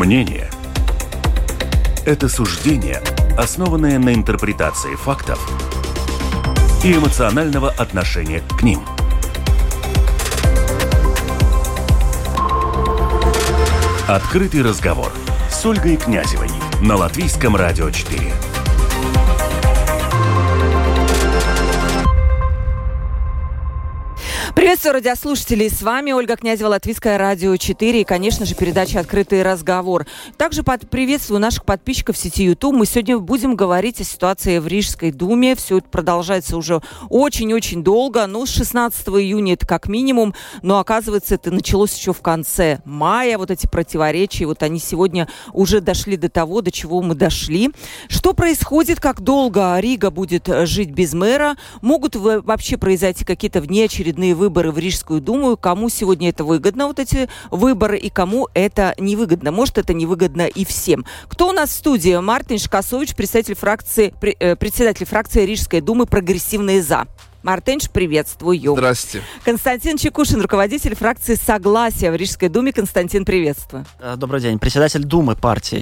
Мнение – это суждение, основанное на интерпретации фактов и эмоционального отношения к ним. Открытый разговор с Ольгой Князевой на Латвийском радио 4. Приветствую радиослушателей, с вами Ольга Князева, Латвийское радио 4 и, конечно же, передача «Открытый разговор». Также приветствую наших подписчиков в сети YouTube. Мы сегодня будем говорить о ситуации в Рижской думе. Все это продолжается уже очень-очень долго. С 16 июня это как минимум, но, оказывается, это началось еще в конце мая. Вот эти противоречия, вот они сегодня уже дошли до того, до чего мы дошли. Что происходит, как долго Рига будет жить без мэра? Могут вообще произойти какие-то внеочередные выборы в Рижскую думу, кому сегодня это выгодно, вот эти выборы, и кому это невыгодно. Может, это невыгодно и всем. Кто у нас в студии? Мартин Шкасович, председатель фракции Рижской думы «Прогрессивные за». Мартинш, приветствую. Здравствуйте. Константин Чекушин, руководитель фракции «Согласие» в Рижской думе. Константин, приветствую. Добрый день. Председатель думы партии.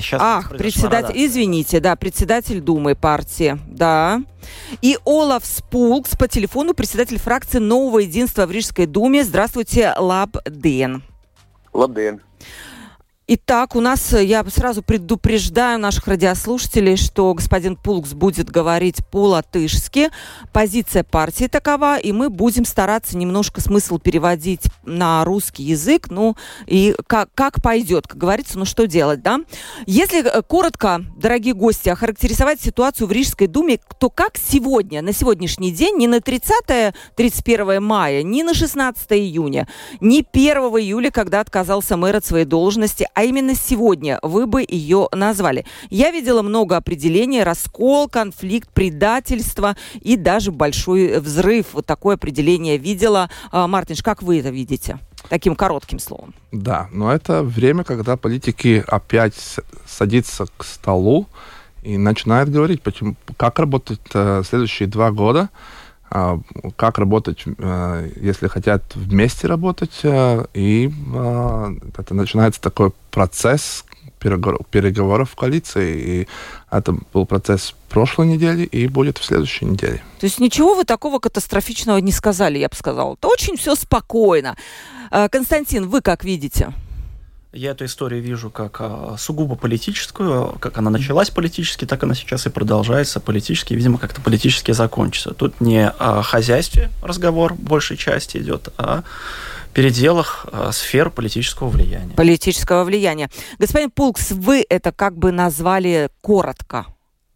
Председатель думы партии, да. И Олаф Спулкс по телефону, председатель фракции «Нового единства» в Рижской думе. Здравствуйте, лабден. Лабден. Итак, я сразу предупреждаю наших радиослушателей, что господин Пулкс будет говорить по-латышски. Позиция партии такова, и мы будем стараться немножко смысл переводить на русский язык. И как пойдет, как говорится, что делать, да? Если коротко, дорогие гости, охарактеризовать ситуацию в Рижской думе, то как сегодня, на сегодняшний день, не на 30-31 мая, не на 16 июня, не 1 июля, когда отказался мэр от своей должности, а именно сегодня вы бы ее назвали. Я видела много определений: раскол, конфликт, предательство и даже большой взрыв. Вот такое определение видела. Мартинш, как вы это видите? Таким коротким словом. Да, но это время, когда политики опять садятся к столу и начинают говорить, как работать следующие 2 года, как работать, если хотят вместе работать, и это начинается такой процесс переговоров в коалиции, и это был процесс прошлой недели и будет в следующей неделе. То есть ничего вы такого катастрофичного не сказали, я бы сказала. Это очень все спокойно. Константин, вы как видите? Я эту историю вижу как сугубо политическую, как она началась политически, так она сейчас и продолжается политически, и, видимо, как-то политически закончится. Тут не о хозяйстве разговор большей части идет, а переделах сфер политического влияния. Политического влияния. Господин Пулкс, вы это как бы назвали коротко?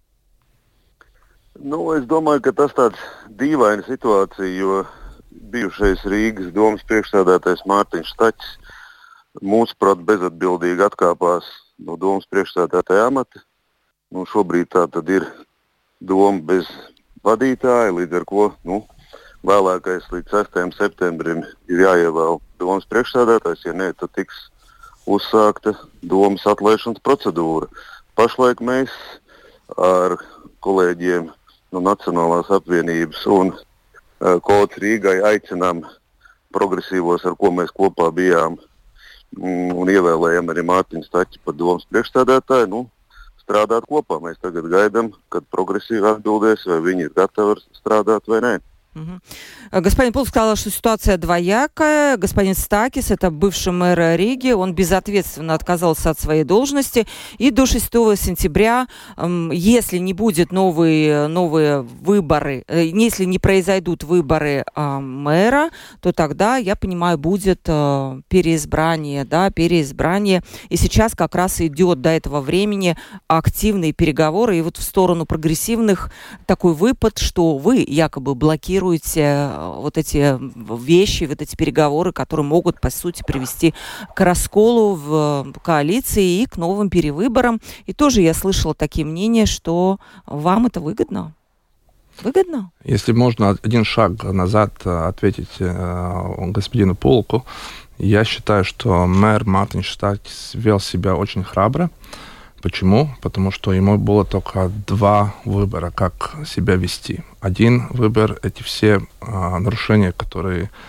Es domāju, ka tas tāds dīvaina situācija, jo bijušais Rīgas domas priekšsēdētājs Mārtiņš Staķis mūsuprāt bezatbildīgi atkāpās no domas priekšsēdētāja amata. Šobrīd tā tad ir doma bez vadītāja, līdz ar ko vēlākais līdz 6. septembrim ir jāievēl domas priekšsēdētājs, ja ne, tad tiks uzsākta domas atlaišanas procedūra. Pašlaik mēs ar kolēģiem no Nacionālās apvienības un Kods Rīgai aicinām progresīvos, ar ko mēs kopā bijām, un ievēlējam arī Mārtiņu Staķi par domas priekšsēdētāju, strādāt kopā. Mēs tagad gaidām, kad прогрессивно atbildēs, vai viņi ir gatavi strādāt vai nē. Господин Пулкс сказал, что ситуация двоякая. Господин Стакис, это бывший мэр Риги, он безответственно отказался от своей должности. И до 6 сентября, если не будет новые выборы, если не произойдут выборы мэра, то тогда, я понимаю, будет переизбрание. И сейчас как раз идет до этого времени активные переговоры. И вот в сторону прогрессивных такой выпад, что вы якобы блокируете вот эти вещи, вот эти переговоры, которые могут, по сути, привести к расколу в коалиции и к новым перевыборам. И тоже я слышала такие мнения, что вам это выгодно. Выгодно? Если можно один шаг назад ответить господину Пулку, я считаю, что мэр Мартин Штакис вел себя очень храбро. Почему? Потому что ему было только 2 выбора, как себя вести. Один выбор – эти все нарушения, которые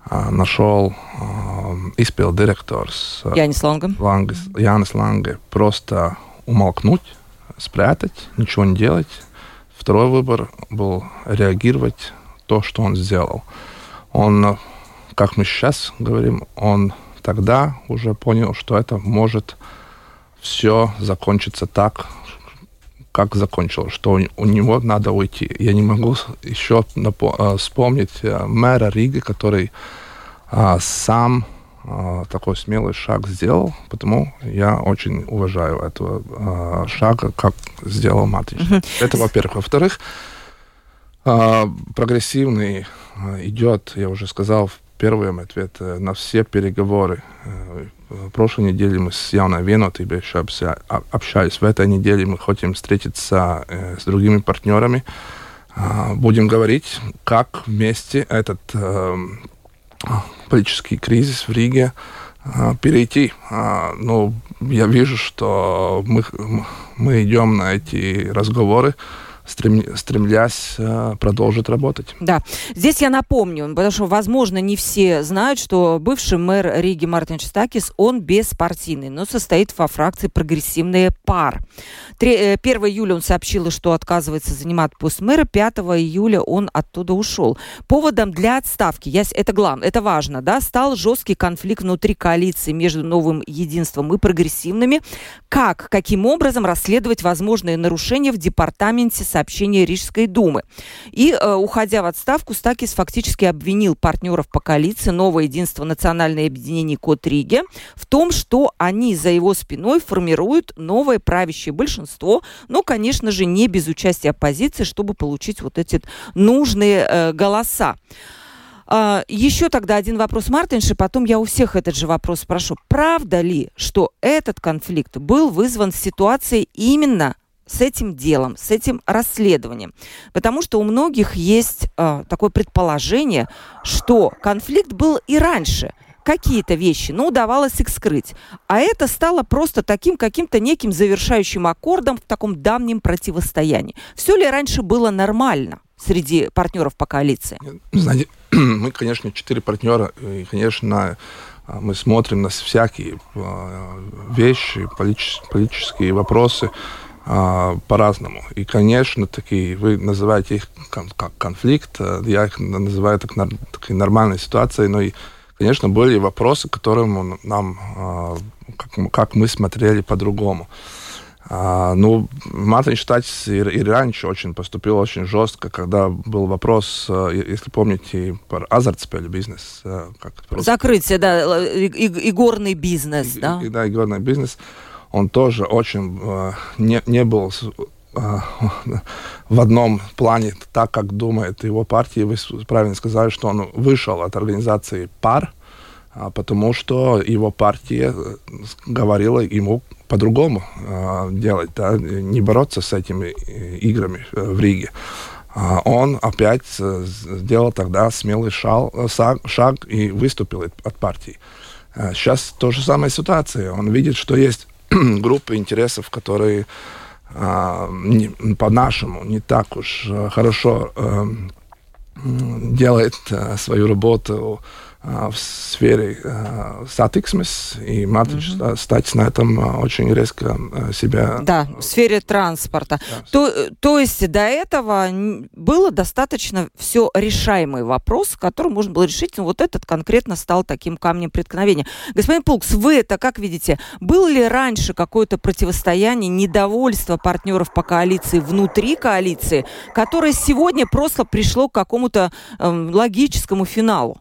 нашел исполдиректорс Янис Ланге просто умолкнуть, спрятать, ничего не делать. Второй выбор был реагировать то, что он сделал. Он, как мы сейчас говорим, он тогда уже понял, что это может все закончиться так, как закончилось, что у него надо уйти. Я не могу еще вспомнить мэра Риги, который сам такой смелый шаг сделал, потому я очень уважаю этого шага, как сделал Матич. Это, во-первых. Во-вторых, прогрессивный идет, я уже сказал в первом ответе, на все переговоры. В прошлой неделе мы с Явной Венотой общались. В этой неделе мы хотим встретиться с другими партнерами. Будем говорить, как вместе этот политический кризис в Риге перейти. Но я вижу, что мы идем на эти разговоры, стремлясь продолжить работать. Да. Здесь я напомню, потому что, возможно, не все знают, что бывший мэр Риги Мартин Штакис, он беспартийный, но состоит во фракции «Прогрессивная пар». 1 июля он сообщил, что отказывается занимать пост мэра, 5 июля он оттуда ушел. Поводом для отставки, это главное, это важно, да, стал жесткий конфликт внутри коалиции между Новым единством и прогрессивными. Каким образом расследовать возможные нарушения в департаменте сообщения Рижской думы. И, уходя в отставку, Стакис фактически обвинил партнеров по коалиции «Новое единство, национальное объединение Кот Риги» в том, что они за его спиной формируют новое правящее большинство, но, конечно же, не без участия оппозиции, чтобы получить вот эти нужные голоса. Еще тогда один вопрос Мартинши, потом я у всех этот же вопрос спрошу. Правда ли, что этот конфликт был вызван ситуацией именно с этим делом, с этим расследованием? Потому что у многих есть такое предположение, что конфликт был и раньше. Какие-то вещи, но удавалось их скрыть. А это стало просто таким каким-то неким завершающим аккордом в таком давнем противостоянии. Все ли раньше было нормально среди партнеров по коалиции? Знаете, мы, конечно, 4 партнера, и, конечно, мы смотрим на всякие вещи, политические вопросы по-разному. И, конечно, такие, вы называете их как конфликт, я их называю такой нормальной ситуацией, но и, конечно, были вопросы, которым нам, как мы смотрели по-другому. Мартин Штакис и раньше поступил очень жестко, когда был вопрос, если помните, про азартспель бизнес. Закрытие, да, игорный бизнес, да? Да, игорный бизнес. Он тоже очень не был в одном плане так, как думает его партия. Вы правильно сказали, что он вышел от организации ПАР, потому что его партия говорила ему по-другому делать, да, не бороться с этими играми в Риге. Он опять сделал тогда смелый шаг и выступил от партии. Сейчас та же самая ситуация. Он видит, что есть группы интересов, которые по-нашему не так уж хорошо делают свою работу в сфере сатиксмес, и Мартин Штакис на этом очень резко себя... Да, в сфере транспорта. Да. То есть до этого было достаточно все решаемый вопрос, который можно было решить, но вот этот конкретно стал таким камнем преткновения. Господин Пулкс, вы это как видите? Было ли раньше какое-то противостояние, недовольство партнеров по коалиции внутри коалиции, которое сегодня просто пришло к какому-то логическому финалу?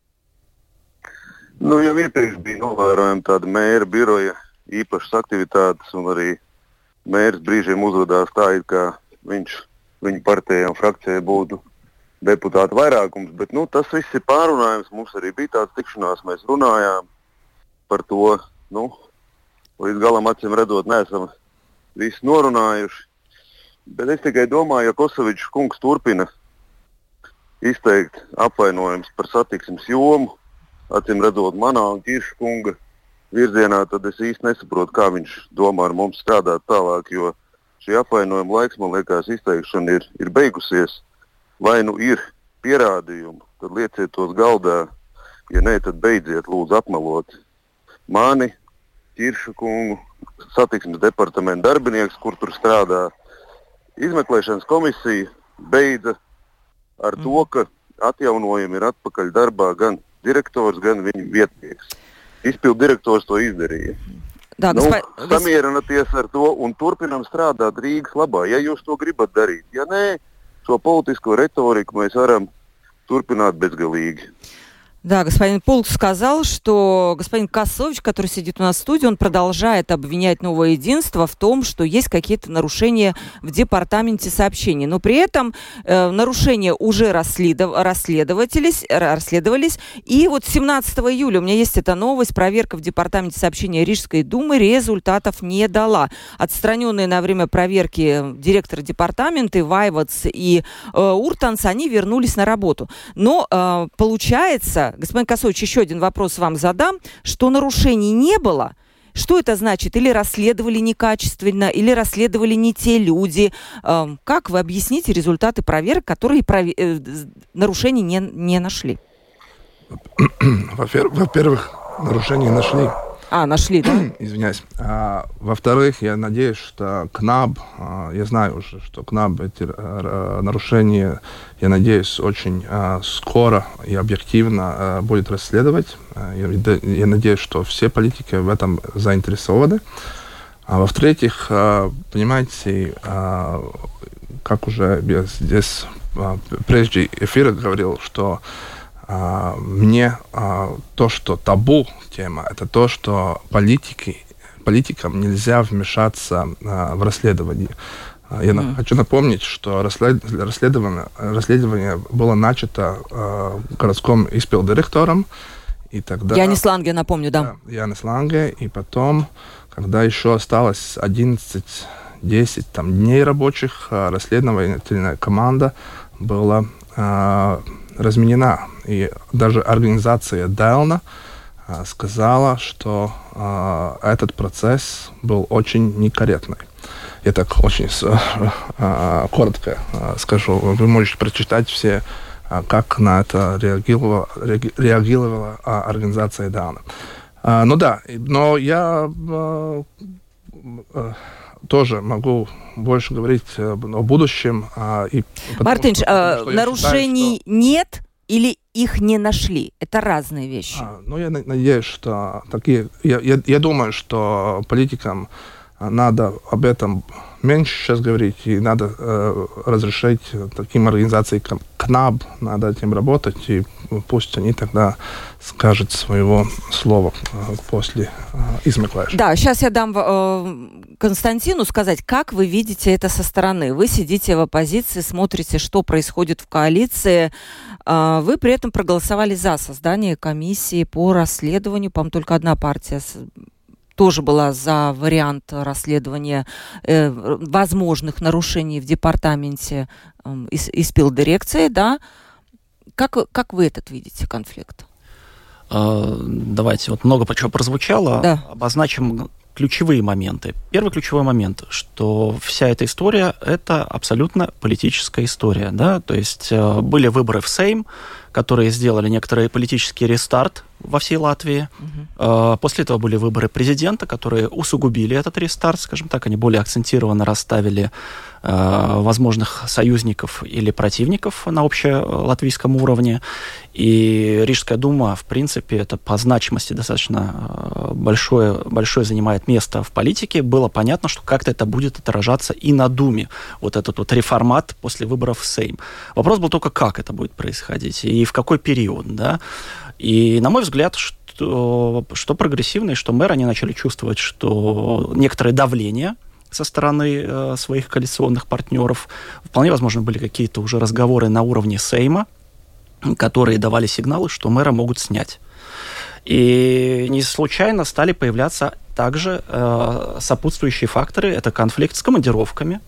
Jau iepriekš bija novērojama tāda mēra biroja īpašas aktivitātes, un arī mērs brīžiem uzvedās tā, it kā viņa partijai un frakcijai būtu deputātu vairākums, bet tas viss ir pārunājums. Mums arī bija tāds tikšanās, mēs runājām par to, līdz galam acīm redzot, neesam visu norunājuši. Bet es tikai domāju, ja Kosovičs kungs turpina izteikt apvainojums par satiksmes jomu, acīm redzot, manā un Kirša kunga virzienā, tad es īsti nesaprotu, kā viņš domā ar mums strādāt tālāk, jo šī apvainojuma laiks, man liekas, izteikšana ir beigusies. Vai nu ir pierādījumi, tad lieciet tos galdā. Ja nē, tad beidziet lūdzu apmelot mani, Ķirša kungu, satiksmes departamenta darbinieks, kur tur strādā. Izmeklēšanas komisija beidza ar to, ka atjaunojumi ir atpakaļ darbā gan direktors, gan viņa vietnieks. Izpildu direktors to izdarīja. Да, samierināties ar to un turpinām strādāt Rīgas labā, ja jūs to gribat darīt. Ja nē, šo politisko retoriku mēs varam turpināt безгалīgi. Да, господин Пулк сказал, что господин Косович, который сидит у нас в студии, он продолжает обвинять Новое Единство в том, что есть какие-то нарушения в департаменте сообщений. Но при этом нарушения уже расследовались. И вот 17 июля у меня есть эта новость. Проверка в департаменте сообщения Рижской думы результатов не дала. Отстраненные на время проверки директор департамента Вайвац и Уртанс, они вернулись на работу. Но получается, господин Косович, еще один вопрос вам задам, что нарушений не было. Что это значит? Или расследовали некачественно, или расследовали не те люди. Как вы объясните результаты проверок, которые нарушений не нашли? Во-первых, нарушений нашли. Нашли, да? Извиняюсь. Во-вторых, я надеюсь, что КНАБ, я знаю уже, что КНАБ эти нарушения, я надеюсь, очень скоро и объективно будет расследовать. Я надеюсь, что все политики в этом заинтересованы. А во-вторых, понимаете, как уже я здесь прежде эфира говорил, что мне то, что табу тема, это то, что политикам нельзя вмешаться в расследование. Я хочу напомнить, что расследование было начато городским исполдиректором. И тогда, Янис Ланге, напомню, да. Янис Ланге. И потом, когда еще осталось 11-10 дней рабочих, расследовательная команда была разменена. И даже организация Дайлна сказала, что этот процесс был очень некорректный. Я так очень коротко скажу. Вы можете прочитать все, как на это реагировала организация Дайлна. Ну да, но я тоже могу больше говорить о будущем. Мартинш, нарушений нет или их не нашли? Это разные вещи. Я надеюсь, что такие... Я думаю, что политикам надо об этом меньше сейчас говорить, и надо разрешить таким организациям, как КНАБ, надо этим работать, и пусть они тогда скажут своего слова после измеклэша. Да, сейчас я дам Константину сказать, как вы видите это со стороны. Вы сидите в оппозиции, смотрите, что происходит в коалиции. Вы при этом проголосовали за создание комиссии по расследованию. По-моему, только одна партия тоже была за вариант расследования возможных нарушений в департаменте исполдирекции, да? Как вы этот видите конфликт? Давайте, много чего прозвучало. Да. Обозначим ключевые моменты. Первый ключевой момент, что вся эта история – это абсолютно политическая история. Да? То есть были выборы в Сейм, которые сделали некоторый политический рестарт во всей Латвии. После этого были выборы президента, которые усугубили этот рестарт, скажем так, они более акцентированно расставили возможных союзников или противников на общелатвийском уровне. И Рижская дума, в принципе, это по значимости достаточно большое занимает место в политике. Было понятно, что как-то это будет отражаться и на Думе, вот этот реформат после выборов в Сейм. Вопрос был только, как это будет происходить и в какой период, да. И, на мой взгляд, что прогрессивные, что мэры, они начали чувствовать, что некоторое давление со стороны своих коалиционных партнеров. Вполне возможно, были какие-то уже разговоры на уровне Сейма, которые давали сигналы, что мэра могут снять. И не случайно стали появляться также сопутствующие факторы. Это конфликт с командировками.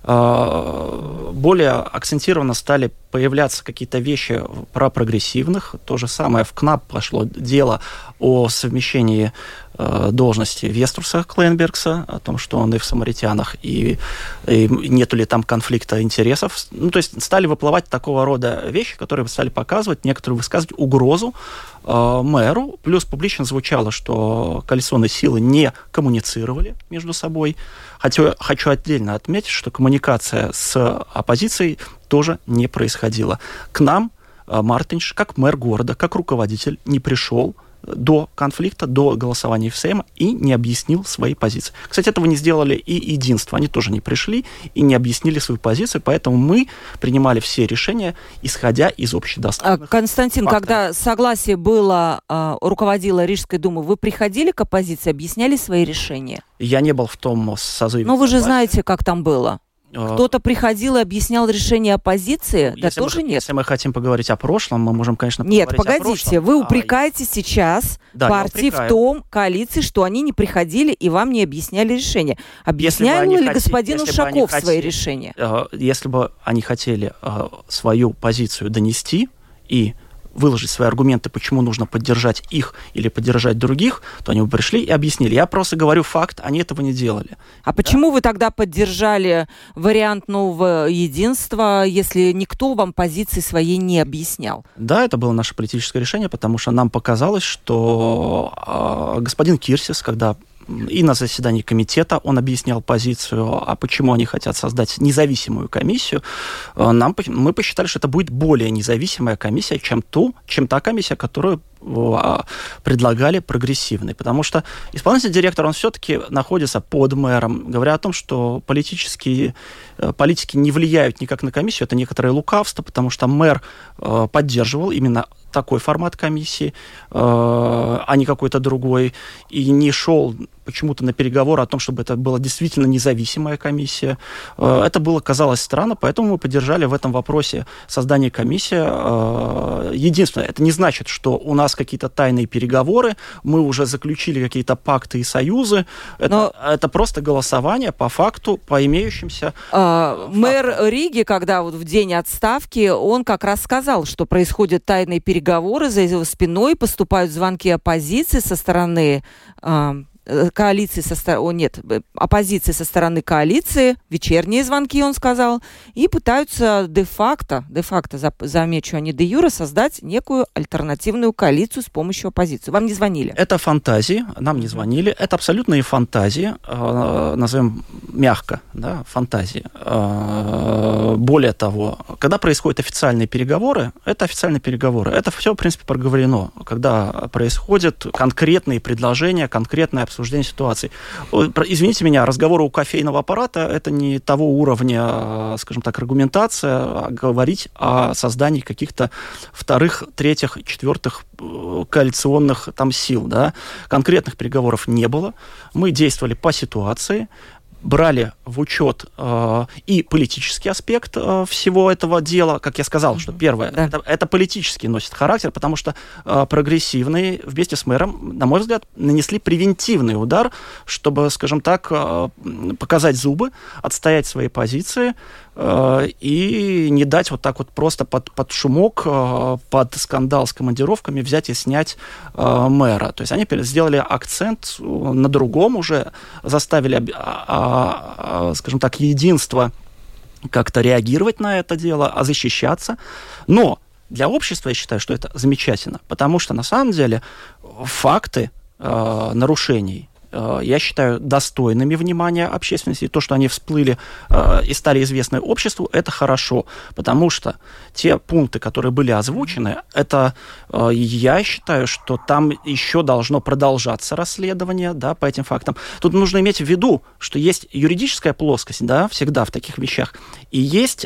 Более акцентированно стали появляться какие-то вещи про прогрессивных. То же самое в КНАП пошло дело о совмещении должности Вестерса Кленбергса, о том, что он и в «Самаритянах», и нету ли там конфликта интересов. Ну, то есть стали выплывать такого рода вещи, которые стали показывать, некоторые высказывать угрозу мэру. Плюс публично звучало, что коалиционные силы не коммуницировали между собой. Хочу отдельно отметить, что коммуникация с оппозицией тоже не происходила. К нам Мартинш, как мэр города, как руководитель, не пришел до конфликта, до голосования в Сейме и не объяснил свои позиции. Кстати, этого не сделали и Единство. Они тоже не пришли и не объяснили свою позицию, поэтому мы принимали все решения, исходя из общедоступных Константин, факторов. когда согласие было, руководила Рижской думой, вы приходили к оппозиции, объясняли свои решения? Я не был в том созыве. Но вы же знаете, как там было. Кто-то приходил и объяснял решение оппозиции? Да тоже нет. Если мы хотим поговорить о прошлом, мы можем, конечно, поговорить о прошлом. Нет, погодите, вы упрекаете сейчас партии в том, коалиции, что они не приходили и вам не объясняли решение. Объяснял ли господин Ушаков свои решения? Если бы они хотели свою позицию донести и выложить свои аргументы, почему нужно поддержать их или поддержать других, то они бы пришли и объяснили. Я просто говорю факт, они этого не делали. А почему вы тогда поддержали вариант нового единства, если никто вам позиции своей не объяснял? Да, это было наше политическое решение, потому что нам показалось, что господин Кирсис, когда и на заседании комитета он объяснял позицию, а почему они хотят создать независимую комиссию. Мы посчитали, что это будет более независимая комиссия, чем та комиссия, которую предлагали прогрессивные. Потому что исполнительный директор, он все-таки находится под мэром. Говоря о том, что политики не влияют никак на комиссию, это некоторое лукавство, потому что мэр поддерживал именно такой формат комиссии, а не какой-то другой, и не шел почему-то на переговоры о том, чтобы это была действительно независимая комиссия. Это было, казалось, странно, поэтому мы поддержали в этом вопросе создание комиссии. Единственное, это не значит, что у нас какие-то тайные переговоры, мы уже заключили какие-то пакты и союзы. Это просто голосование по факту, по имеющимся мэр Риги, когда вот в день отставки, он как раз сказал, что происходят тайные переговоры, за его спиной поступают звонки оппозиции со стороны оппозиции со стороны коалиции, вечерние звонки, он сказал, и пытаются де-факто, замечу, а не де-юре, создать некую альтернативную коалицию с помощью оппозиции. Вам не звонили? Это фантазии, нам не звонили, это абсолютные фантазии, назовем мягко, да, фантазии. Более того, когда происходят официальные переговоры, это официальные переговоры, это все, в принципе, проговорено, когда происходят конкретные предложения, конкретное обсуждение ситуации. Извините меня, разговоры у кофейного аппарата – это не того уровня, скажем так, аргументация, говорить о создании каких-то вторых, третьих, четвертых коалиционных там сил. Да? Конкретных переговоров не было. Мы действовали по ситуации, брали в учет и политический аспект всего этого дела. Как я сказал, что первое, это политически носит характер, потому что прогрессивные вместе с мэром, на мой взгляд, нанесли превентивный удар, чтобы, скажем так, показать зубы, отстоять свои позиции и не дать вот так вот просто под шумок, под скандал с командировками взять и снять мэра. То есть они сделали акцент на другом уже, заставили, скажем так, единство как-то реагировать на это дело, защищаться. Но для общества я считаю, что это замечательно, потому что на самом деле факты нарушений я считаю достойными внимания общественности. И то, что они всплыли и стали известны обществу, это хорошо. Потому что те пункты, которые были озвучены, это я считаю, что там еще должно продолжаться расследование, да, по этим фактам. Тут нужно иметь в виду, что есть юридическая плоскость, да, всегда в таких вещах, и есть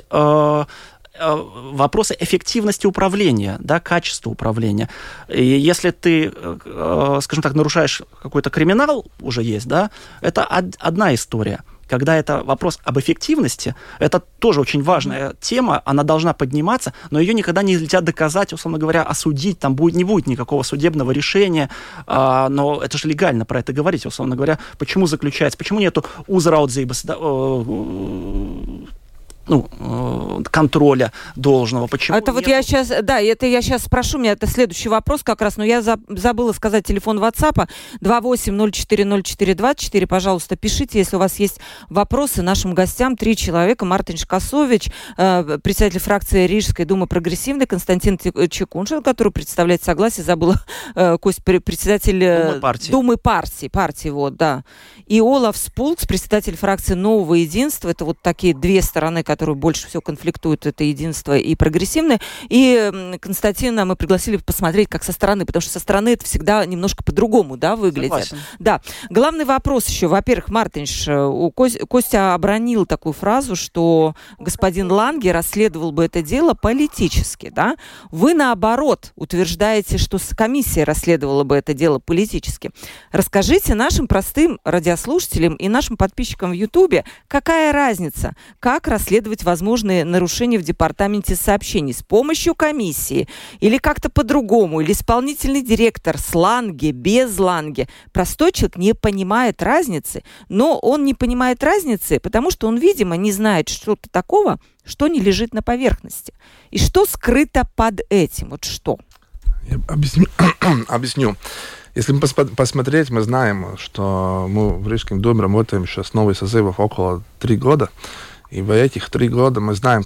вопросы эффективности управления, да, качества управления. И если ты, скажем так, нарушаешь какой-то криминал, уже есть, да, это одна история. Когда это вопрос об эффективности, это тоже очень важная тема, она должна подниматься, но ее никогда нельзя доказать, условно говоря, осудить, там не будет никакого судебного решения, но это же легально про это говорить, условно говоря, почему заключается, почему нету узраудзейбас, контроля должного. Почему это вот я сейчас спрошу, у меня это следующий вопрос как раз, но я забыла сказать телефон WhatsApp 28040424, пожалуйста, пишите, если у вас есть вопросы нашим гостям. 3 человека: Мартин Шкасович, председатель фракции Рижской думы прогрессивной, Константин Чекуншин, который представляет Согласие, забыла, Кость, председатель Думы партии, вот, да. И Олаф Спулкс, председатель фракции Нового единства. Это вот такие две стороны, которые больше всего конфликтуют, это единство и прогрессивное. И Константина мы пригласили посмотреть, как со стороны, потому что со стороны это всегда немножко по-другому, да, выглядит. Согласен. Да. Главный вопрос еще, во-первых, Мартинш, Костя обронил такую фразу, что господин Ланге расследовал бы это дело политически, да? Вы, наоборот, утверждаете, что комиссия расследовала бы это дело политически. Расскажите нашим простым радиослушателям и нашим подписчикам в Ютубе, какая разница, как расследовать возможные нарушения в департаменте сообщений, с помощью комиссии или как-то по-другому, или исполнительный директор с Ланге, без Ланге. Простой человек не понимает разницы, но он не понимает разницы, потому что он, видимо, не знает что-то такого, что не лежит на поверхности. И что скрыто под этим? Вот что? Я объясню. Если мы посмотреть, мы знаем, что мы в Рижском Думе работаем сейчас новый созывов около 3 года. И в этих 3 года мы знаем,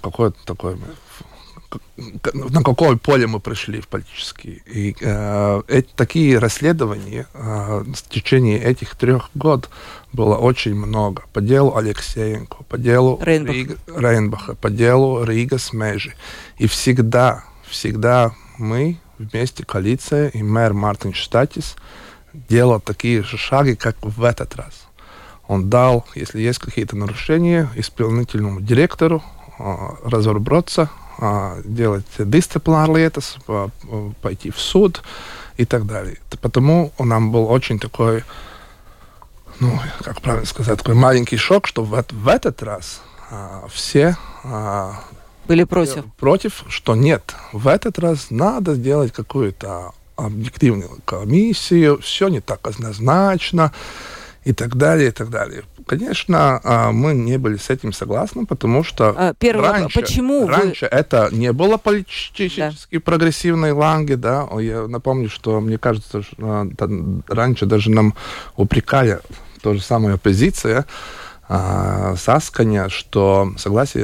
на какое поле мы пришли в политические. И такие расследования в течение этих 3 год было очень много. По делу Алексеенко, по делу Рейнбаха, по делу Рига Смежи. И всегда мы вместе, коалиция и мэр Мартин Штатис, делал такие же шаги, как в этот раз. Он дал, если есть какие-то нарушения, исполнительному директору разобраться, делать дисциплинарные леты, пойти в суд и так далее. Потому нам был очень такой, как правильно сказать, такой маленький шок, что в этот раз все были против, что нет, в этот раз надо сделать какую-то объективную комиссию, все не так однозначно и так далее, и так далее. Конечно, мы не были с этим согласны, потому что раньше это не было политически прогрессивной Ланге, да. Я напомню, что, мне кажется, раньше даже нам упрекали, то же самое оппозиция, Сасканя, что,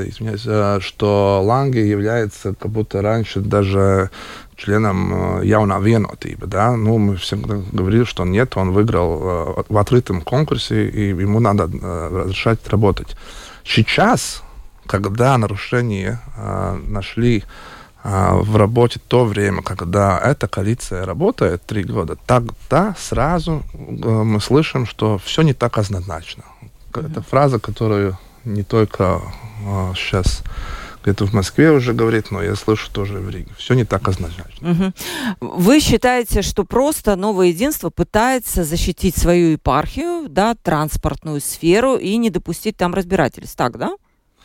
что Ланге является как будто раньше даже членом Jaunā Vienotība, да, мы всегда говорили, что нет, он выиграл в открытом конкурсе, и ему надо разрешать работать. Сейчас, когда нарушения нашли в работе то время, когда эта коалиция работает 3 года, тогда сразу мы слышим, что все не так однозначно. Это фраза, которую не только сейчас где-то в Москве уже говорит, но я слышу тоже в Риге. Все не так однозначно. Вы считаете, что просто Новое единство пытается защитить свою епархию, да, транспортную сферу и не допустить там разбирательств, так, да?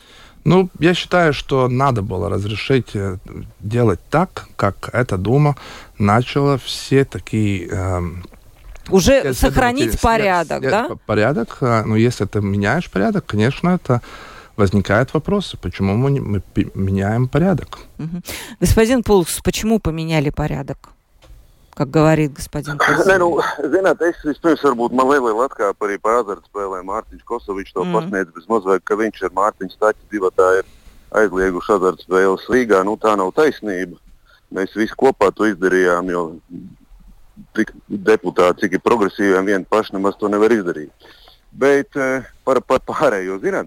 Я считаю, что надо было разрешить делать так, как эта Дума начала все такие... Уже сохранить порядок, да? Порядок, но если ты меняешь порядок, конечно, это возникают вопросы, почему мы меняем порядок. Господин Пулкс, почему поменяли порядок? Как говорит господин Пулкс. Zināt, es vispirms varbūt man lielai atkāpa arī par azartspēlēm. Mārtiņš Kosovičs to pasniedz bez mazliet, ka viņš ar Mārtiņu Staķi divatā ir aizlieguši azartspēles Rīgā. Tā nav taisnība. Mēs visi kopā to izdarījām, jo tik deputāti, cik ir progresīviem, vieni paši nemaz to nevar izdarīt. Bet par pārējo, zināt,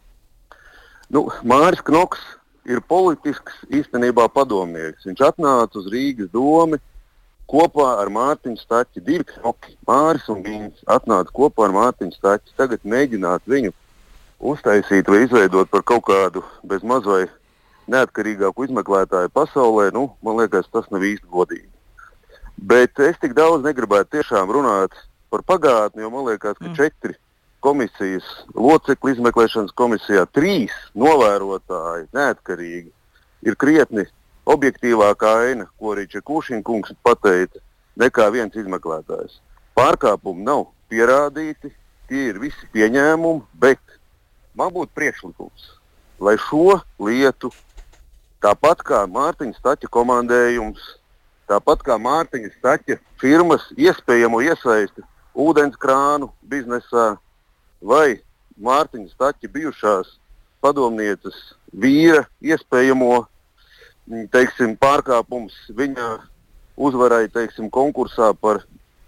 Māris Knoks ir politisks īstenībā padomnieks. Viņš atnāca uz Rīgas domi kopā ar Mārtiņu Staķi, 2 Knoki, Māris un Gīns, atnāca kopā ar Mārtiņu Staķi. Tagad mēģināt viņu uztaisīt vai izveidot par kaut kādu bez maz vai neatkarīgāku izmeklētāju pasaulē, man liekas, tas nav īsti godīgi. Bet es tik daudz negribētu tiešām runāt par pagātni, jo man liekas, ka 4 komisijas locekļi izmeklēšanas komisijā, 3 novērotāji neatkarīgi ir krietni objektīvākā aina, ko arī Čekušina kungs pateica, nekā viens izmeklētājs. Pārkāpumi nav pierādīti, tie ir visi pieņēmumi, bet man būtu priekšlikums. lai šo lietu, tāpat kā Mārtiņa Staķa komandējums, tāpat kā Mārtiņa Staķa firmas iespējamo iesaisti ūdenskrānu biznesā vai Mārtiņa Staķa bijušās padomnieces vīra iespējamo, teiksim, pārkāpums viņa uzvarai, teiksim, konkursā par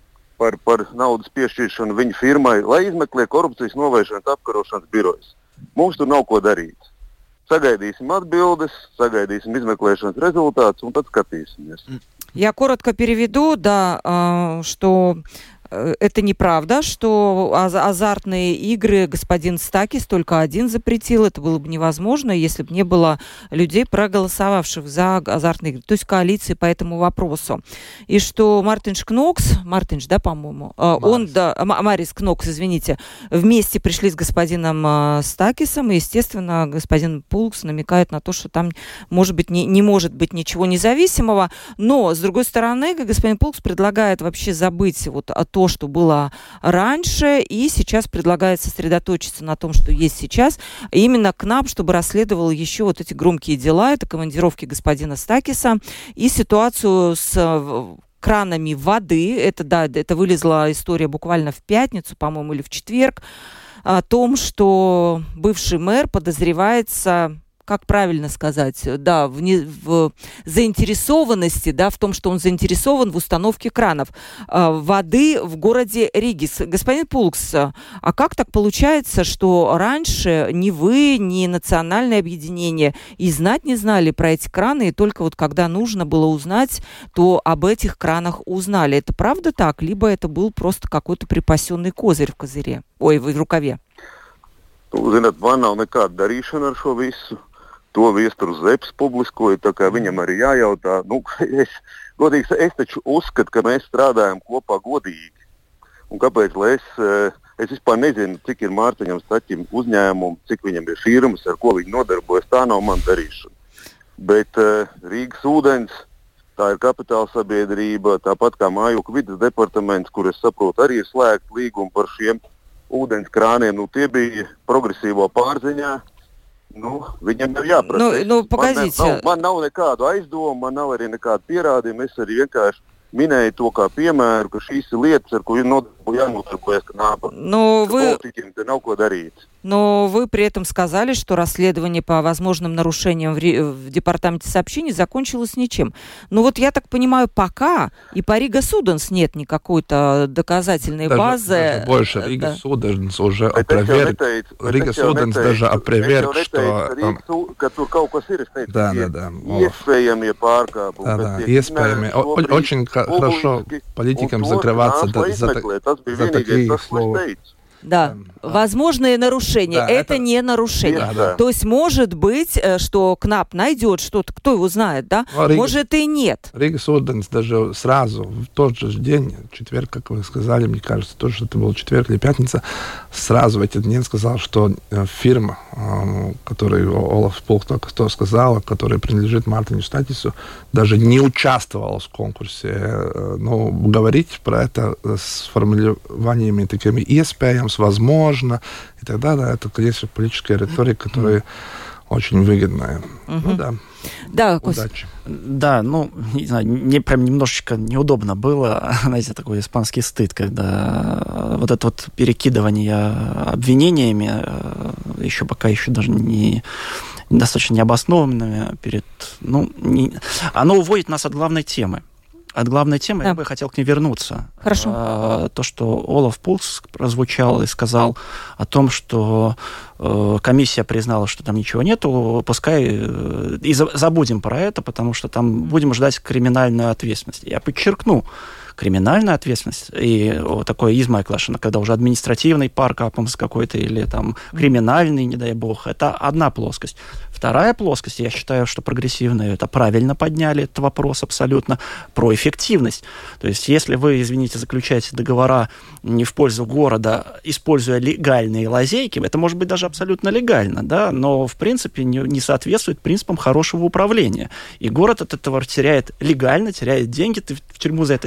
naudas piešķiršanu viņa firmai, lai izmeklē korupcijas novēršanas apkarošanas birojas. Mums tur nav ko darīt. Сagaidīsim atbildes, сagaidīsim измеклēšanas результаты, и tad skatīsimies. Я коротко переведу, да, что это неправда, что азартные игры господин Стакис только один запретил. Это было бы невозможно, если бы не было людей, проголосовавших за азартные игры, то есть коалиции по этому вопросу. И что Мартинш Кнокс, да, по-моему, Марис Кнокс, извините, вместе пришли с господином Стакисом, и, естественно, господин Пулкс намекает на то, что там, может быть, не может быть ничего независимого. Но, с другой стороны, господин Пулкс предлагает вообще забыть вот о том, что было раньше, и сейчас предлагает сосредоточиться на том, что есть сейчас, именно КНАП, чтобы расследовал еще вот эти громкие дела, это командировки господина Стакиса, и ситуацию с кранами воды, это вылезла история буквально в пятницу, по-моему, или в четверг, о том, что бывший мэр подозревается, как правильно сказать, да, в заинтересованности, да, в том, что он заинтересован в установке кранов воды в городе Риге. Господин Пулкс, а как так получается, что раньше ни вы, ни национальное объединение и знать не знали про эти краны, и только вот когда нужно было узнать, то об этих кранах узнали? Это правда так? Либо это был просто какой-то припасенный козырь в рукаве? Zināt, man nav nekāda darīšana ar šo visu. To Viesturs Zepes publiskoja, tā kā viņam arī jājautā. Es taču uzskatu, ka mēs strādājam kopā godīgi. Un kāpēc, lai es vispār nezinu, cik ir Mārtiņam Staķim uzņēmumu, cik viņam ir firmas, ar ko viņi nodarbojas, tā nav man darīšana. Bet Rīgas ūdens, tā ir kapitāla sabiedrība, tāpat kā mājokļu vides departaments, kur es saprotu arī ir slēgt līgumu par šiem ūdens krāniem. Tie bija progresīvo pārziņā. Viņam ir jāprasa. Man nav nekādu aizdomu, man nav arī nekādu pierādījumu. Es arī vienkārši minēju to kā piemēru, ka šīs ir lietas, ar ko jānodarbojas КНАПа. Политикам te nav ko darīt. Но вы при этом сказали, что расследование по возможным нарушениям в департаменте сообщений закончилось ничем. Вот я так понимаю, пока и по Рига Суденс нет никакой-то доказательной базы. Даже больше. Рига Суденс уже опроверг. Рига Суденс даже опроверг, что... Да. Iespējamie pārkāpumi. Iespējamie. Очень хорошо политикам закрываться за такие слова. Да, возможные нарушения. Да, это не нарушение. Да. То есть может быть, что КНАП найдет что-то, кто его знает, да? Может и нет. Рига Суденс даже сразу, в тот же день, четверг, как вы сказали, мне кажется, тоже что это был четверг или пятница, сразу в этот день сказал, что фирма, которой Олаф Пулкс только что сказал, которая принадлежит Мартину Стакису, даже не участвовала в конкурсе. Но говорить про это с формулированиями такими ESPM, возможно, и так далее, это, конечно, политическая риторика, которая очень выгодная. Да, удачи. Да, не знаю, мне прям немножечко неудобно было, знаете, такой испанский стыд, когда вот это вот перекидывание обвинениями, пока еще даже не достаточно необоснованными, оно уводит нас от главной темы. От главной темы я бы хотел к ней вернуться. Хорошо. То, что Олаф Пулкс прозвучал и сказал о том, что комиссия признала, что там ничего нету, пускай и забудем про это, потому что там будем ждать криминальную ответственность. Я подчеркну, криминальная ответственность и такое измайклашина, когда уже административный паркапомс какой-то или там криминальный, не дай бог, это одна плоскость. Вторая плоскость, я считаю, что прогрессивные это правильно подняли этот вопрос абсолютно, про эффективность. То есть если вы, извините, заключаете договора не в пользу города, используя легальные лазейки, это может быть даже абсолютно легально, да, но в принципе не соответствует принципам хорошего управления. И город от этого теряет легально, теряет деньги, ты в тюрьму за это сесть не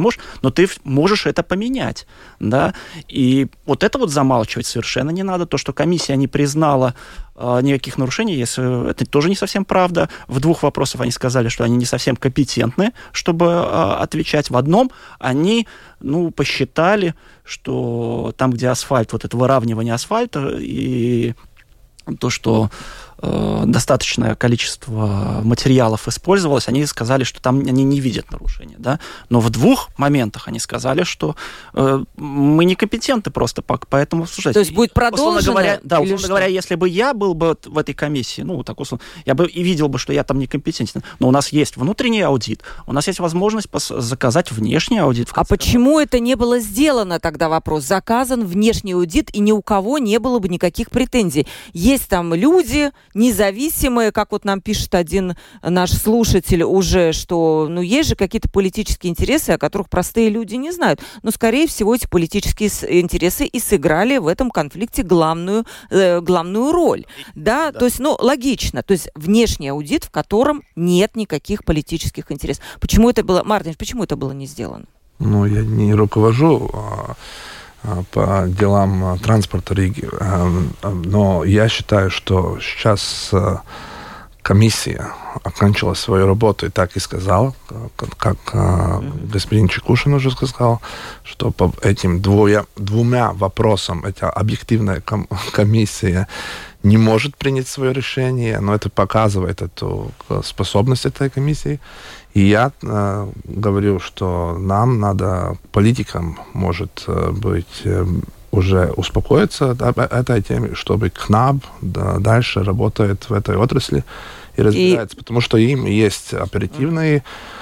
можешь, но ты можешь это поменять, да, и вот это вот замалчивать совершенно не надо. То, что комиссия не признала никаких нарушений, если это тоже не совсем правда. В 2 вопросах они сказали, что они не совсем компетентны, чтобы отвечать. В одном они, посчитали, что там, где асфальт, вот это выравнивание асфальта и то, что достаточное количество материалов использовалось, они сказали, что там они не видят нарушения, да, но в 2 моментах они сказали, что мы некомпетентны просто, поэтому, слушайте... То есть будет продолжено? Условно говоря, если бы я был бы в этой комиссии, я бы и видел бы, что я там некомпетентен, но у нас есть внутренний аудит, у нас есть возможность заказать внешний аудит. А почему это не было сделано тогда, вопрос? Заказан внешний аудит, и ни у кого не было бы никаких претензий. Есть там люди независимые, как вот нам пишет один наш слушатель уже, что, есть же какие-то политические интересы, о которых простые люди не знают. Но, скорее всего, эти политические интересы и сыграли в этом конфликте главную роль. Да? То есть, логично. То есть, внешний аудит, в котором нет никаких политических интересов. Почему это было, Мартин, почему это было не сделано? Я не руковожу по делам транспорта Риги. Но я считаю, что сейчас комиссия окончила свою работу и так и сказала, как господин Чекушин уже сказал, что по этим 2 вопросам эта объективная комиссия не может принять свое решение, но это показывает эту способность этой комиссии. И я говорю, что нам надо, политикам, может быть, уже успокоиться об этой теме, чтобы КНАБ дальше работает в этой отрасли и разбирается, потому что им есть оперативный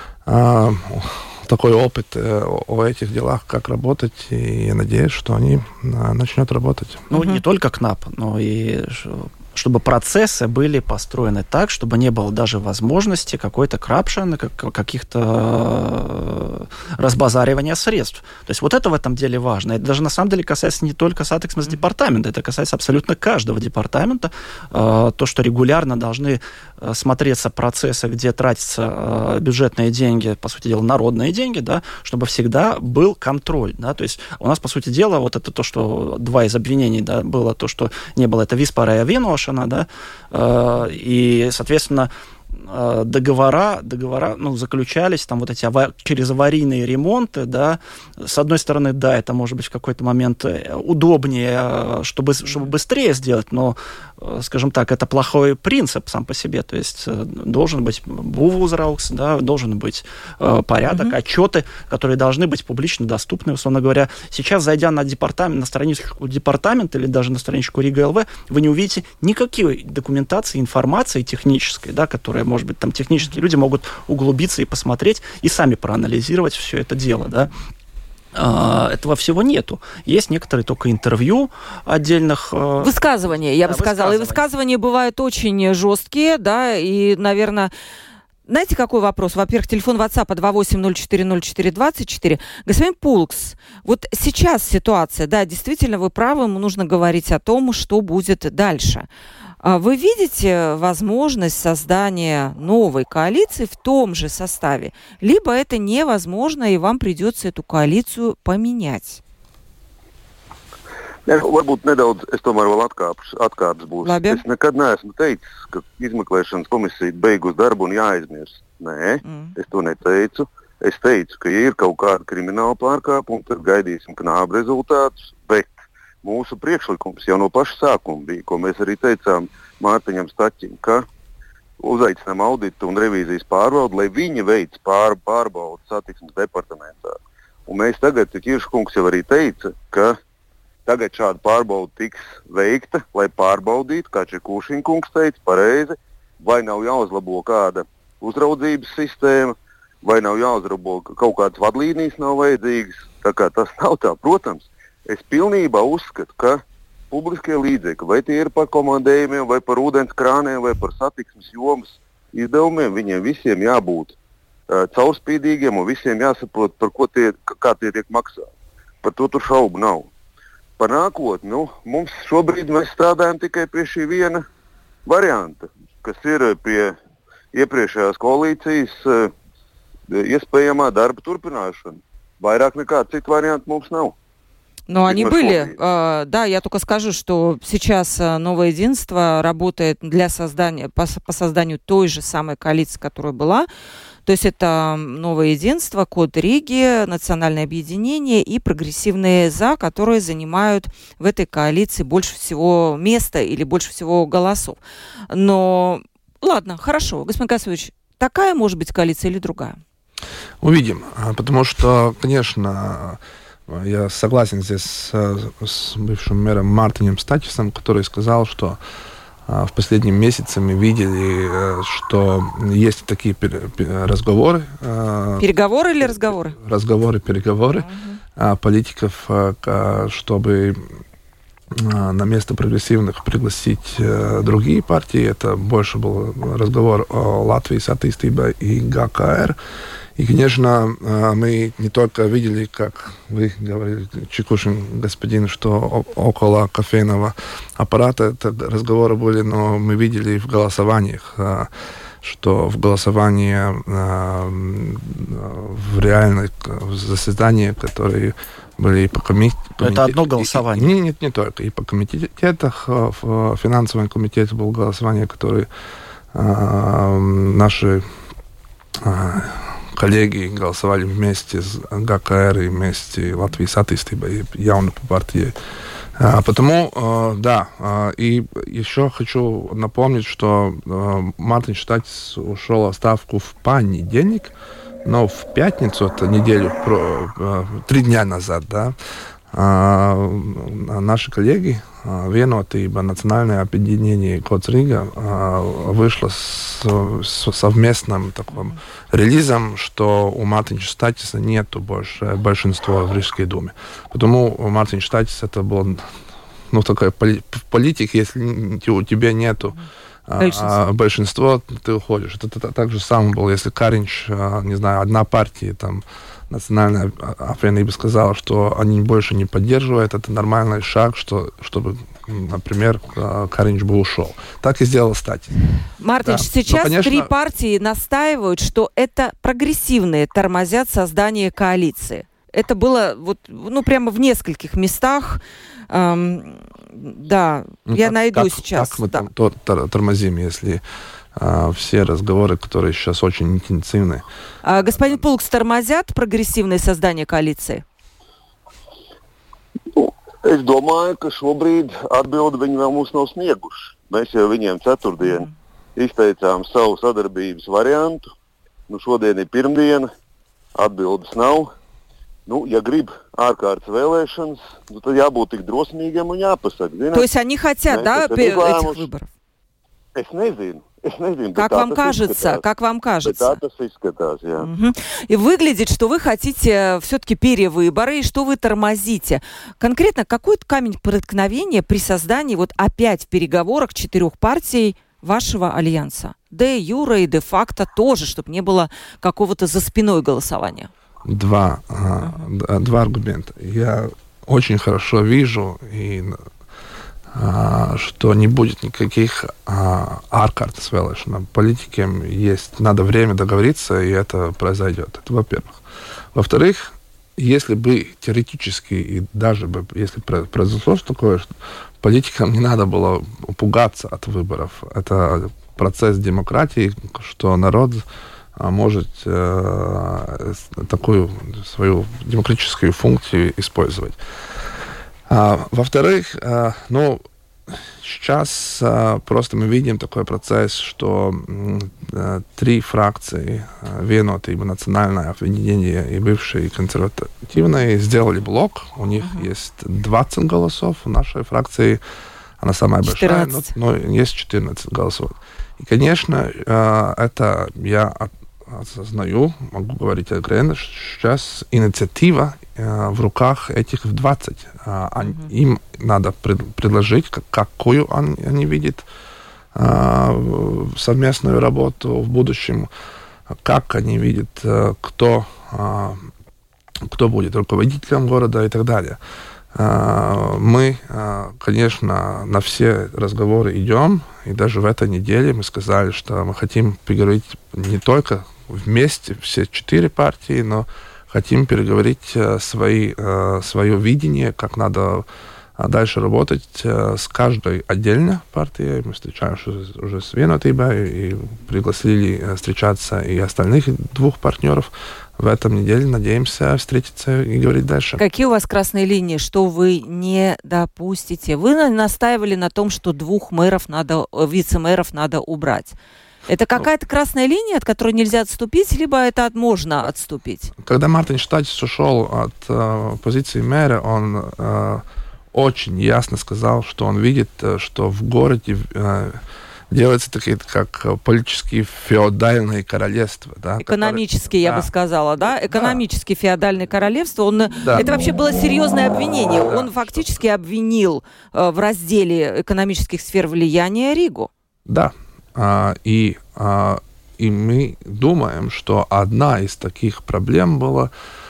такой опыт о этих делах, как работать, и я надеюсь, что они начнут работать. Не только КНАП, но и чтобы процессы были построены так, чтобы не было даже возможности какой-то крапшен, каких-то разбазаривания средств. То есть вот это в этом деле важно. Это даже на самом деле касается не только Сатиксмес-департамента, это касается абсолютно каждого департамента. То, что регулярно должны смотреться процессы, где тратятся бюджетные деньги, по сути дела, народные деньги, да, чтобы всегда был контроль. Да. То есть у нас, по сути дела, вот это то, что 2 из обвинений, да, было то, что не было, это виспарая виношана, да, и, соответственно, договора заключались там вот эти через аварийные ремонты, да, с одной стороны, да, это может быть в какой-то момент удобнее, чтобы быстрее сделать, но, скажем так, это плохой принцип сам по себе, то есть должен быть бувузраукс, да, должен быть порядок, отчеты, которые должны быть публично доступны, условно говоря. Сейчас, зайдя на страничку департамента или даже на страничку Рига ЛВ, вы не увидите никакой документации, информации технической, да, которая, может быть, там технические люди могут углубиться и посмотреть, и сами проанализировать все это дело, да. Этого всего нету. Есть некоторые только интервью отдельных... Высказывания, я бы сказала. И высказывания бывают очень жесткие, да, и, наверное... Знаете, какой вопрос? Во-первых, телефон WhatsApp 28040424. Господин Пулкс, вот сейчас ситуация, да, действительно, вы правы, нужно говорить о том, что будет дальше. Вы видите возможность создания новой коалиции в том же составе? Либо это невозможно, и вам придется эту коалицию поменять? Varbūt nedaudz, es tomēr vēl atkāpes būs. Labi. Es nekad neesmu teicis, ka izmeklēšanas komisija beigus darbu un jāaizmirst. Nē, es to neteicu. Es teicu, ka ja ir kaut kāda krimināla pārkāpuma, tad gaidīsim KNAB rezultātus, bet mūsu priekšlikums jau no paša sākuma bija, ko mēs arī teicām Mārtiņam Staķim, ka uzaicinām auditu un revīzijas pārbaudu, lai viņi veic pārbaudu satiksmes departamentā. Un mēs tagad, Kirškungs jau arī teica, ka tagad šāda pārbauda tiks veikta, lai pārbaudītu, kā Čekušinkungs teica, pareizi, vai nav jāuzlabo kāda uzraudzības sistēma, vai nav jāuzlabo kaut kādas vadlīnijas nav vajadzīgas. Tā kā tas nav tā. Protams, es pilnībā uzskatu, ka publiskie līdzekļi, vai tie ir par komandējumiem, vai par ūdens krāniem, vai par satiksmes jomas izdevumiem, viņiem visiem jābūt caurspīdīgiem un visiem jāsaprot, kā tie tiek maksāti. Par to tur šaubu nav. Par nākotni, mums šobrīd mēs strādājam tikai pie šī viena varianta, kas ir pie iepriekšējās koalīcijas iespējamā darba turpināšana. vairāk nekāda cita varianta mums nav. Но они были. Да, я только скажу, что сейчас Новое единство работает по созданию той же самой коалиции, которая была. То есть это Новое единство, Код Риги, Национальное объединение и Прогрессивные ЗА, которые занимают в этой коалиции больше всего места или больше всего голосов. Но ладно, хорошо. Господин Касович, такая может быть коалиция или другая? Увидим. Потому что, конечно, я согласен здесь с бывшим мэром Мартином Статисом, который сказал, что в последние месяцы мы видели, что есть такие разговоры. Переговоры или разговоры? Переговоры политиков, чтобы на место прогрессивных пригласить другие партии. Это больше был разговор о Латвийс attīstībai и ГКР. И, конечно, мы не только видели, как вы говорили, Чекушин, господин, что около кофейного аппарата это разговоры были, но мы видели в голосованиях, что в голосовании в реальных заседаниях, которые были и по комитетам... Это одно голосование? Нет, не только. И по комитетах, в финансовом комитете было голосование, которое наши коллеги голосовали вместе с ГКР и вместе Латвijas attīstībai, Jauno партии. Потому, да, и еще хочу напомнить, что Мартин Штатис ушел в отставку в понедельник, но в пятницу, это неделю, 3 дня назад, да, наши коллеги, Vienotība, Национальное объединение Код Рига вышло с совместным таким релизом, что у Мартина Штатиса нету больше большинства в Рижской думе. Потому у Мартина Штатиса это был, такой политик, если у тебя нету большинства, ты уходишь. Это так же самое было, если Каринч, не знаю, одна партия, там, Национальная аппария сказала, что они больше не поддерживают, это нормальный шаг, чтобы, например, Каринч бы ушел. Так и сделал Статис. Мартин, да. Сейчас конечно... 3 партии настаивают, что это прогрессивные тормозят создание коалиции. Это было прямо в нескольких местах. Да, я найду сейчас. Как мы там тормозим, если все разговоры, которые сейчас очень интенсивны? Господин Пулкс, тормозят прогрессивные создания коалиции? Es domāju, ka šobrīd atbildi viņi vēl mums nav snieguši. Mēs jau viņiem ceturtdien izteicām savu sadarbības variantu. Šodien ir pirmdiena, atbildes nav. Ja grib ārkārtas vēlēšanas, tad jābūt tik drosmīgiem un jāpasaka. То есть они хотят, да, этих выборов? Es nezinu. Как вам кажется? Угу. И выглядит, что вы хотите все-таки перевыборы, и что вы тормозите. Конкретно какой камень преткновения при создании опять в переговорах 4 партий вашего альянса? Де юре и де факто тоже, чтобы не было какого-то за спиной голосования. Два аргумента. Я очень хорошо вижу что не будет никаких ārkārtas vēlēšanām. Политикам надо время договориться, и это произойдет. Это во-первых. Во-вторых, если бы теоретически, и даже бы, если произошло такое, что политикам не надо было пугаться от выборов. Это процесс демократии, что народ может такую свою демократическую функцию использовать. Во-вторых, сейчас просто мы видим такой процесс, что 3 фракции, Vienotība, Национальное объединение и бывшие консервативные, сделали блок. У них есть 20 голосов, у нашей фракции она самая 14. большая, но есть 14 голосов. И, конечно, это я осознаю, могу говорить откровенно, сейчас инициатива в руках этих 20. Им надо предложить, какую они видят совместную работу в будущем, как они видят, кто будет руководителем города и так далее. Мы, конечно, на все разговоры идем, и даже в этой неделе мы сказали, что мы хотим поговорить не только вместе, все 4 партии, но хотим переговорить свое видение, как надо дальше работать с каждой отдельно партией. Мы встречаемся уже с Vienotībā и пригласили встречаться и остальных двух партнеров. В этом неделе надеемся встретиться и говорить дальше. Какие у вас красные линии, что вы не допустите? Вы настаивали на том, что 2 вице-мэров надо убрать. Это какая-то красная линия, от которой нельзя отступить, либо это можно отступить? Когда Мартин Штатис ушел от позиции мэра, он очень ясно сказал, что он видит, что в городе делаются такие, как политические феодальные королевства. Да, экономические, я бы сказала, да? Экономические феодальные королевства. Это вообще было серьезное обвинение. Он фактически обвинил в разделе экономических сфер влияния Ригу. Да. И мы думаем, что одна из таких проблем была,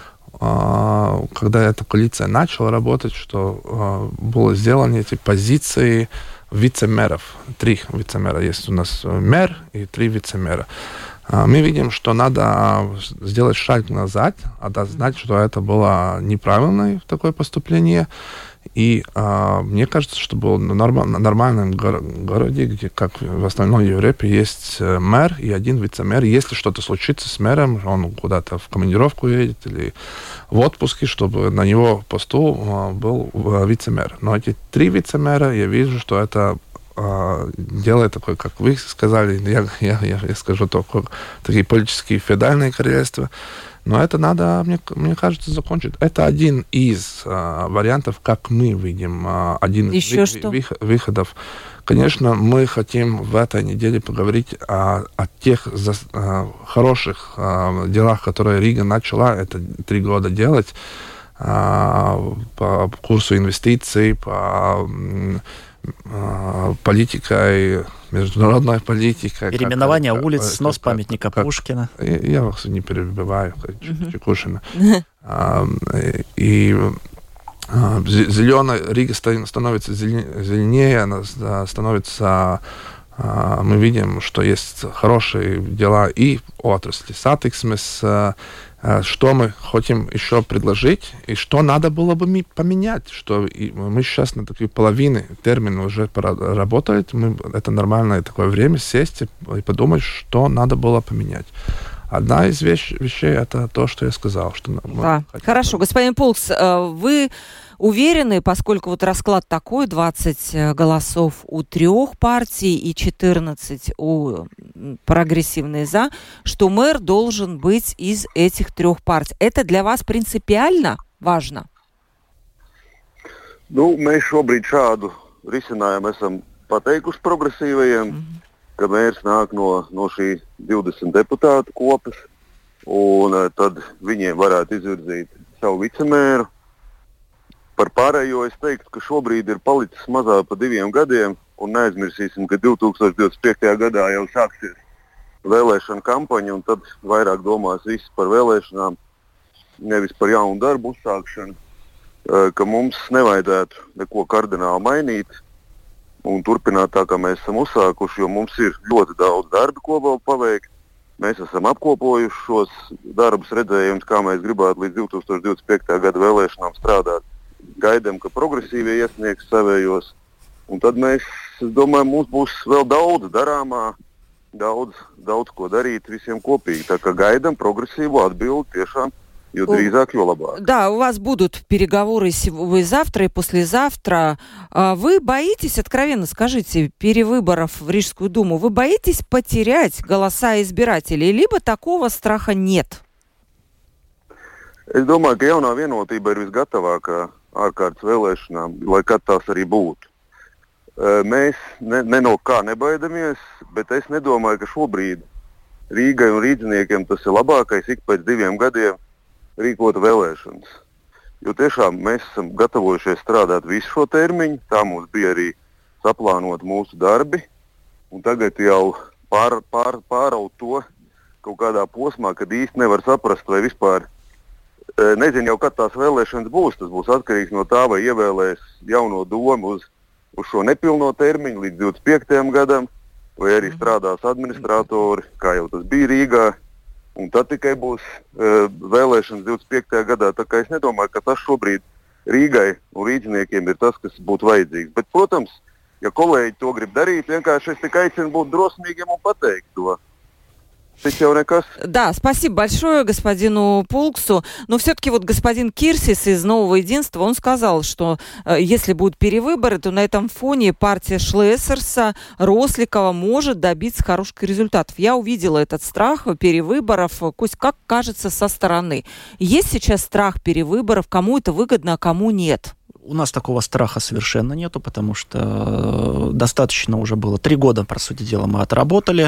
когда эта коалиция начала работать, что было сделаны эти позиции вице-мэров. 3 вице-мэра. Есть у нас мэр и 3 вице-мэра. Мы видим, что надо сделать шаг назад, осознать, что это было неправильное такое поступление. И мне кажется, что было в нормальном городе, где, как в остальной Европе, есть мэр и 1 вице-мэр. Если что-то случится с мэром, он куда-то в командировку едет или в отпуске, чтобы на его посту был вице-мэр. Но эти 3 вице-мэра, я вижу, что это делает такое, как вы сказали, я скажу только, такие политические феодальные королевства. Но это надо, мне кажется, закончить. Это один из вариантов, как мы видим, один из выходов. Конечно, мы хотим в этой неделе поговорить о тех хороших делах, которые Рига начала это 3 года делать, по курсу инвестиций, по политикой, международной политикой. Переименование улиц, снос памятника Пушкина. Я вас не перебиваю, Чекушина. И зеленая Рига становится зеленее, она становится... Мы видим, что есть хорошие дела и в отрасли сатиксмес. Что мы хотим еще предложить, и что надо было бы поменять, что мы сейчас на такой половине термина уже работает, это нормальное такое время сесть и подумать, что надо было поменять. Одна из вещей это то, что я сказал. Что Хорошо, господин Полкс, вы уверены, поскольку вот расклад такой, 20 голосов у 3 партий и 14 у прогрессивной «за», что мэр должен быть из этих 3 партий. Это для вас принципиально важно? Mēs šobrīd šādu risinājumu esam pateikuši progresīvajiem, ka mērs nāk no šī 20 deputātu kopas, un tad viņiem varētu izvirzīt savu vicemēru. Par pārējo es teiktu, ka šobrīd ir palicis mazāk par 2 gadiem, un neaizmirsīsim, ka 2025. Gadā jau sāksies vēlēšana kampaņa, un tad vairāk domās visi par vēlēšanām, nevis par jaunu darbu uzsākšanu, ka mums nevajadzētu neko kardināli mainīt un turpināt tā, kā mēs esam uzsākuši, jo mums ir ļoti daudz darba, ko vēl paveikt. Mēs esam apkopojuši šos darbus, redzējumus, kā mēs gribētu līdz 2025. Gada vēlēšanām strādāt. Gaidām, ka progresīvie iesniegs savējos, un tad mēs, es domāju, mums būs vēl daudz darāmā, daudz ko darīt visiem kopīgi. Tā kā gaidām progresīvo atbildi tiešām, jo drīzāk, jo labāk. Да, у вас будут переговоры завтра и послезавтра. Вы боитесь, откровенно скажите, перевыборов в Рижскую думу, вы боитесь потерять голоса избирателей, либо такого страха нет? Es domāju, ka jaunā vienotība ir visgatavākā ārkārtas vēlēšanām, lai kad tās arī būtu. Mēs ne no kā nebaidamies, bet es nedomāju, ka šobrīd Rīgai un rīdziniekiem tas ir labākais ik pēc 2 gadiem rīkot vēlēšanas. Jo tiešām mēs esam gatavojušies strādāt visu šo termiņu, tā mums bija arī saplānot mūsu darbi, un tagad jau pāraut to kaut kādā posmā, kad īsti nevar saprast, vai vispār nezinu jau, kad tās vēlēšanas būs. Tas būs atkarīgs no tā, vai ievēlēs jauno domu uz šo nepilno termiņu līdz 25. gadam, vai arī strādās administratori, kā jau tas bija Rīgā un tad tikai būs vēlēšanas 25. gadā. Tā kā es nedomāju, ka tas šobrīd Rīgai un rīdziniekiem ir tas, kas būtu vajadzīgs. Bet, protams, ja kolēģi to grib darīt, vienkārši es tikai aicinu būt drosmīgiem un pateikt to. Да, спасибо большое господину Пулксу. Но все-таки вот господин Кирсис из Нового Единства, он сказал, что если будут перевыборы, то на этом фоне партия Шлессерса, Росликова может добиться хороших результатов. Я увидела этот страх перевыборов, Кость, как кажется, со стороны. Есть сейчас страх перевыборов, кому это выгодно, а кому нет? У нас такого страха совершенно нету, потому что достаточно уже было 3 года, по сути дела, мы отработали,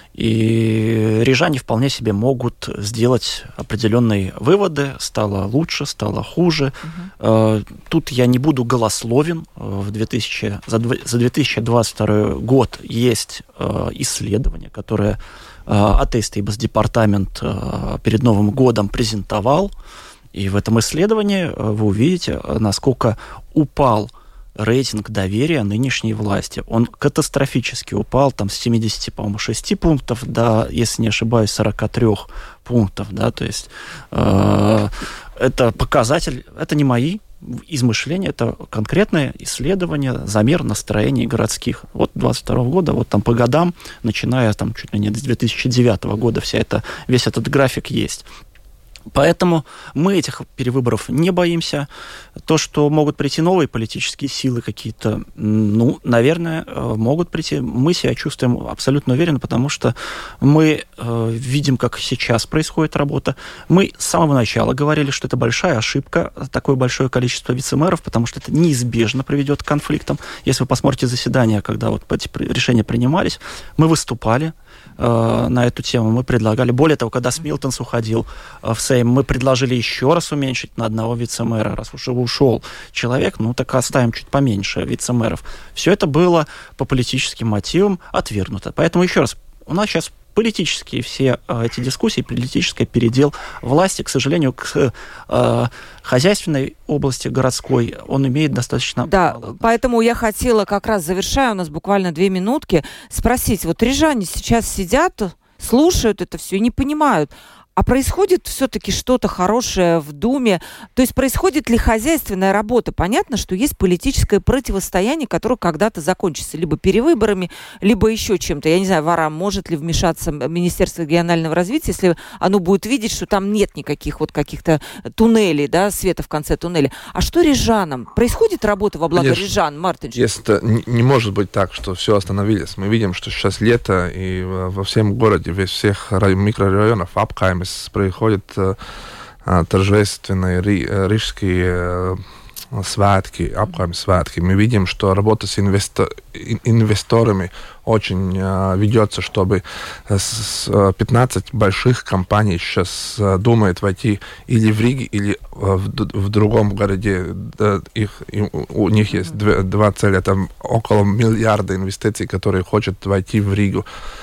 и рижане вполне себе могут сделать определенные выводы. Стало лучше, стало хуже. Тут я не буду голословен. За 2022 год есть исследование, которое Атеистības-департамент перед Новым годом презентовал. И в этом исследовании вы увидите, насколько упал рейтинг доверия нынешней власти. Он катастрофически упал, там с 76 пунктов до, если не ошибаюсь, 43 пунктов. Да? То есть это показатель, это не мои измышления, это конкретное исследование, замер настроений городских. Вот 22 года, вот там по годам, начиная там чуть ли не с 2009 года, весь этот график есть. Поэтому мы этих перевыборов не боимся. То, что могут прийти новые политические силы какие-то, наверное, могут прийти. Мы себя чувствуем абсолютно уверенно, потому что мы видим, как сейчас происходит работа. Мы с самого начала говорили, что это большая ошибка, такое большое количество вице-мэров, потому что это неизбежно приведет к конфликтам. Если вы посмотрите заседания, когда вот эти решения принимались, мы выступали на эту тему, мы предлагали. Более того, когда Смилтонс уходил в Сейм, мы предложили еще раз уменьшить на одного вице-мэра. Раз уже ушел человек, так оставим чуть поменьше вице-мэров. Все это было по политическим мотивам отвергнуто. Поэтому еще раз, у нас сейчас политические все эти дискуссии, политический передел власти, к сожалению, к хозяйственной области городской, он имеет достаточно мало. Да, поэтому я хотела, как раз завершая, у нас буквально 2 минутки, спросить, вот рижане сейчас сидят, слушают это все и не понимают, а происходит все-таки что-то хорошее в Думе? То есть происходит ли хозяйственная работа? Понятно, что есть политическое противостояние, которое когда-то закончится либо перевыборами, либо еще чем-то. Я не знаю, Варам, может ли вмешаться Министерство регионального развития, если оно будет видеть, что там нет никаких вот каких-то туннелей, да, света в конце туннеля. А что рижанам? Происходит работа во благо рижан, Мартин? Не может быть так, что все остановилось. Мы видим, что сейчас лето, и во всем городе, во всех микрорайонах, Апкаймес, происходят торжественные рижские святки, Апкаймес святки. Мы видим, что работа с инвесторами очень ведется, чтобы 15 больших компаний сейчас думают войти или в Риге, или в другом городе. У них есть 2 цели. Это около миллиарда инвестиций, которые хотят войти в Ригу.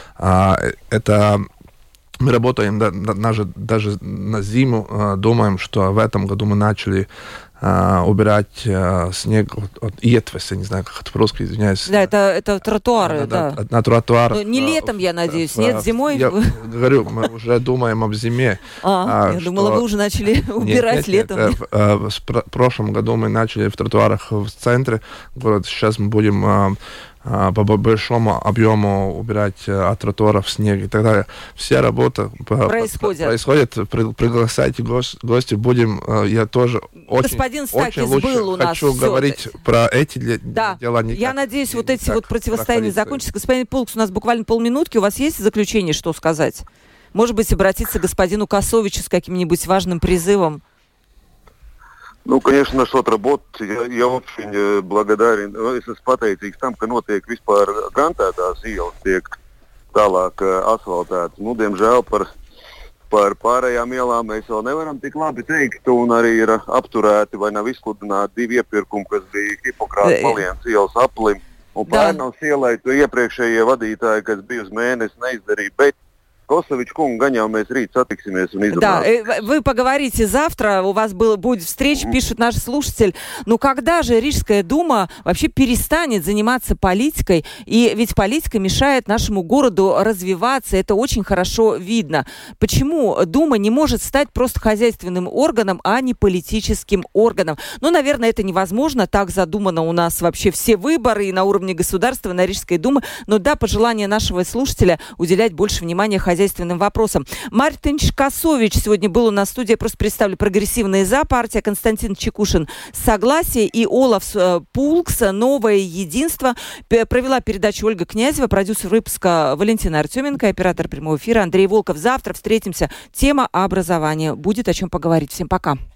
Мы работаем даже на зиму, думаем, что в этом году мы начали убирать снег от Иетвес, я не знаю, как это по-русски, извиняюсь. Да, это тротуары, да. На тротуар. Не летом, я надеюсь, нет, зимой? Я говорю, мы уже думаем об зиме. Я думала, вы уже начали убирать летом. В прошлом году мы начали в тротуарах в центре города, сейчас мы будем по большому объему убирать от тротуаров снег и так далее. Вся работа происходит. Приглашайте гости. Будем, я тоже Господин Стакис был у нас. Хочу говорить про эти дела. Я надеюсь, вот эти вот противостояния закончатся. Господин Пулкс, у нас буквально полминутки. У вас есть заключение, что сказать? Может быть, обратиться к господину Косовичу с каким-нибудь важным призывом? Конечно, насчет работы я очень благодарен. Es esmu pateicīgs tam, ka notiek vispār gantētās ielas, tiek tālāk asfaltētas. Diemžēl par pārējām ielām mēs vēl nevaram tik labi teikt, un arī ir apturēti vai nav izsludināti 2 iepirkumi, kas bija Hipokrāta Malienas ielas aplim. Un Pērnavas ielai to iepriekšējie vadītāji, kas bija uz mēnesi, neizdarīja, bet Косович kungu, gan jau mēs rīt satiksimies un izrunāsim. Да, вы поговорите завтра, у вас будет встреча, пишет наш слушатель. Ну когда же Рижская дума вообще перестанет заниматься политикой? И ведь политика мешает нашему городу развиваться, это очень хорошо видно. Почему Дума не может стать просто хозяйственным органом, а не политическим органом? Ну, наверное, это невозможно, так задумано у нас вообще все выборы и на уровне государства, на Рижской думе. Но да, пожелание нашего слушателя уделять больше внимания хозяйственным вопросам. Мартин Косович сегодня был у нас в студии, я просто представлю, прогрессивные за партия, Константин Чекушин согласие и Олаф Пулкс новое единство. Провела передачу Ольга Князева, продюсер выпуска Валентина Артеменко, оператор прямого эфира Андрей Волков. Завтра встретимся. Тема образования. Будет о чем поговорить. Всем пока.